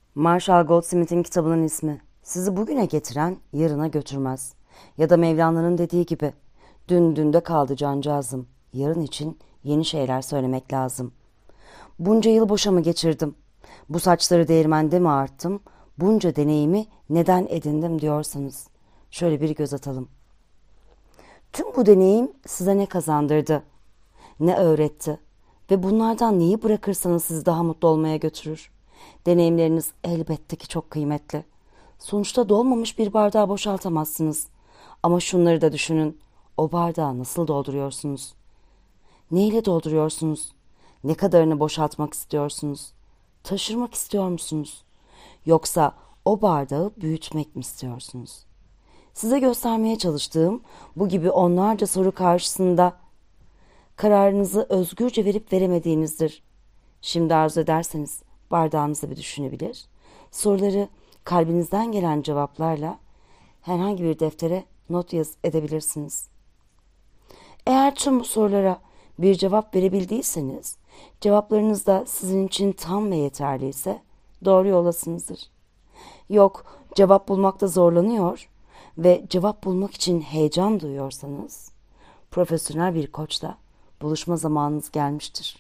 Marshall Goldsmith'in kitabının ismi sizi bugüne getiren yarına götürmez. Ya da Mevlana'nın dediği gibi dün dünde kaldı cancağızım. Yarın için yeni şeyler söylemek lazım. Bunca yıl boşa mı geçirdim? Bu saçları değirmende mi arttım? Bunca deneyimi neden edindim diyorsanız şöyle bir göz atalım. Tüm bu deneyim size ne kazandırdı? Ne öğretti? Ve bunlardan neyi bırakırsanız sizi daha mutlu olmaya götürür? Deneyimleriniz elbette ki çok kıymetli. Sonuçta dolmamış bir bardağı boşaltamazsınız. Ama şunları da düşünün. O bardağı nasıl dolduruyorsunuz? Ne ile dolduruyorsunuz? Ne kadarını boşaltmak istiyorsunuz? Taşırmak istiyor musunuz? Yoksa o bardağı büyütmek mi istiyorsunuz? Size göstermeye çalıştığım bu gibi onlarca soru karşısında kararınızı özgürce verip veremediğinizdir. Şimdi arzu ederseniz bardağınızı bir düşünebilir, soruları kalbinizden gelen cevaplarla herhangi bir deftere not edebilirsiniz. Eğer tüm bu sorulara bir cevap verebildiyseniz, cevaplarınız da sizin için tam ve yeterli ise doğru yoldasınızdır. Yok, cevap bulmakta zorlanıyor ve cevap bulmak için heyecan duyuyorsanız, profesyonel bir koçla buluşma zamanınız gelmiştir.